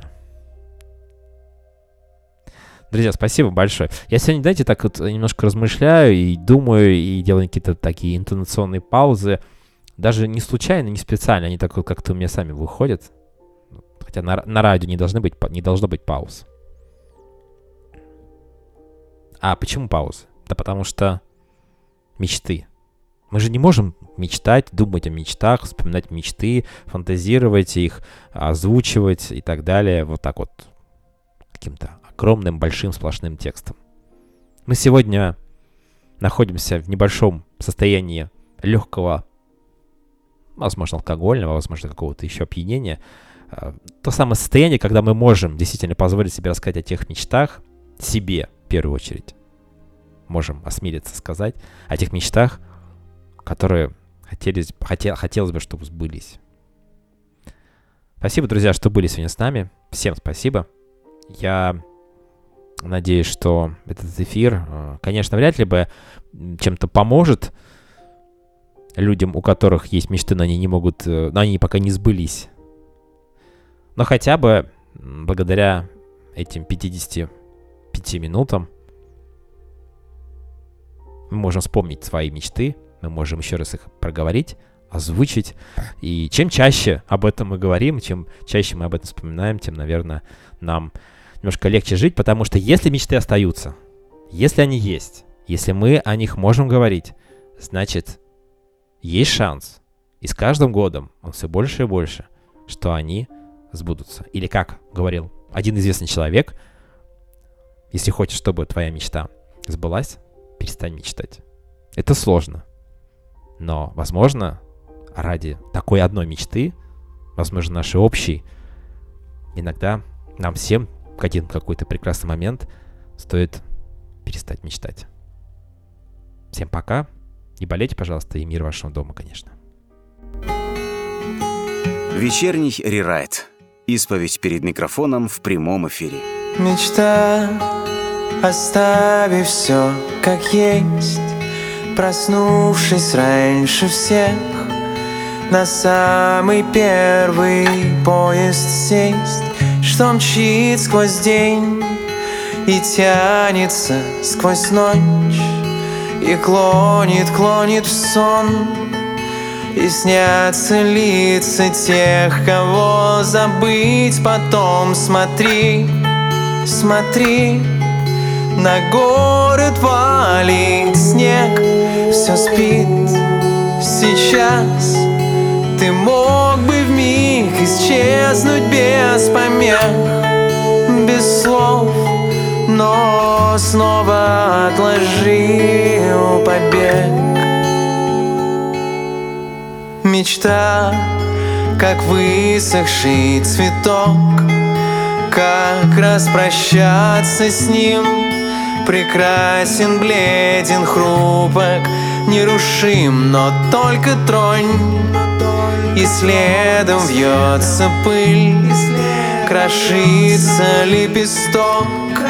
Друзья, спасибо большое. Я сегодня, знаете, так вот немножко размышляю и думаю, и делаю какие-то такие интонационные паузы. Даже не случайно, не специально, они так вот как-то у меня сами выходят. Хотя на радио не должно быть пауз. А почему паузы? Да потому что мечты. Мы же не можем мечтать, думать о мечтах, вспоминать мечты, фантазировать их, озвучивать и так далее. Вот так вот. Каким-то огромным, большим, сплошным текстом. Мы сегодня находимся в небольшом состоянии легкого, возможно, алкогольного, возможно, какого-то еще опьянения. То самое состояние, когда мы можем действительно позволить себе рассказать о тех мечтах, себе в первую очередь. Можем осмелиться сказать о тех мечтах, которые хотелось бы, чтобы сбылись. Спасибо, друзья, что были сегодня с нами. Всем спасибо. Я надеюсь, что этот эфир, конечно, вряд ли бы чем-то поможет людям, у которых есть мечты, но они не могут, но они пока не сбылись. Но хотя бы благодаря этим 55 минутам мы можем вспомнить свои мечты, мы можем еще раз их проговорить, озвучить. И чем чаще об этом мы говорим, чем чаще мы об этом вспоминаем, тем, наверное, нам немножко легче жить, потому что если мечты остаются, если они есть, если мы о них можем говорить, значит, есть шанс, и с каждым годом он все больше и больше, что они сбудутся. Или как говорил один известный человек, если хочешь, чтобы твоя мечта сбылась, перестань мечтать. Это сложно. Но, возможно, ради такой одной мечты, возможно, нашей общей, иногда нам всем в один какой-то прекрасный момент стоит перестать мечтать. Всем пока. Не болейте, пожалуйста, и мир вашему дому, конечно. Вечерний рерайт. Исповедь перед микрофоном в прямом эфире. Мечта, оставив все как есть, проснувшись раньше всех, на самый первый поезд сесть, что мчит сквозь день и тянется сквозь ночь, и клонит в сон, и снятся лица тех, кого забыть потом. Смотри, смотри, на город валит снег, все спит сейчас. Ты мог бы вмиг исчезнуть без помех, без слов, но снова отложил побег. Мечта, как высохший цветок, как распрощаться с ним. Прекрасен, бледен, хрупок, нерушим, но только тронь, и следом вьется пыль, крошится лепесток,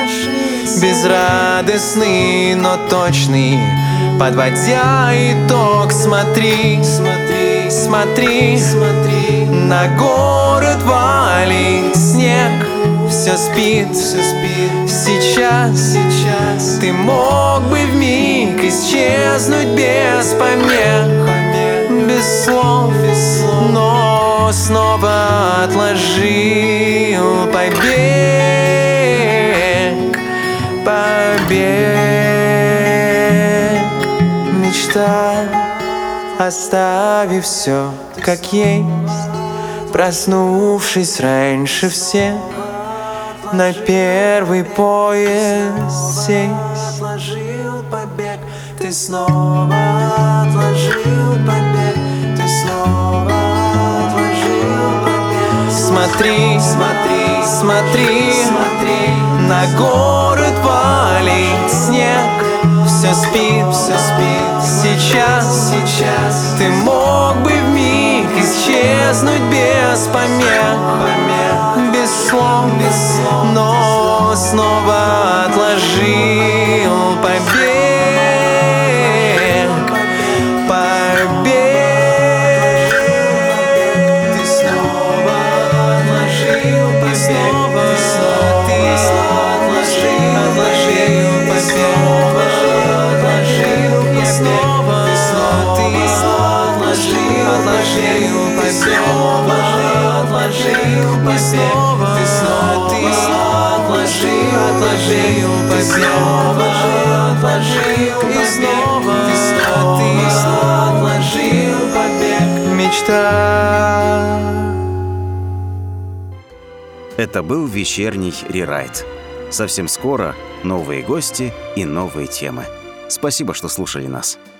безрадостный, но точный, подводя итог. Смотри, смотри, смотри, смотри, на город валит снег, все спит, сейчас ты мог бы вмиг исчезнуть без помех, без слов, но снова отложил побег. Мечта, оставив все как есть, проснувшись раньше всех, на первый поезд сесть. Отложил побег, ты снова отложил побег, ты снова отложил побег. Смотри, смотри, смотри, смотри, на город валит снег, все спит, сейчас ты мог бы вмиг исчезнуть без помех, без слов, но снова отложил побег. Ты снова отложил побег, ты отложил Мечта. Это был вечерний рерайт. Совсем скоро новые гости и новые темы. Спасибо, что слушали нас.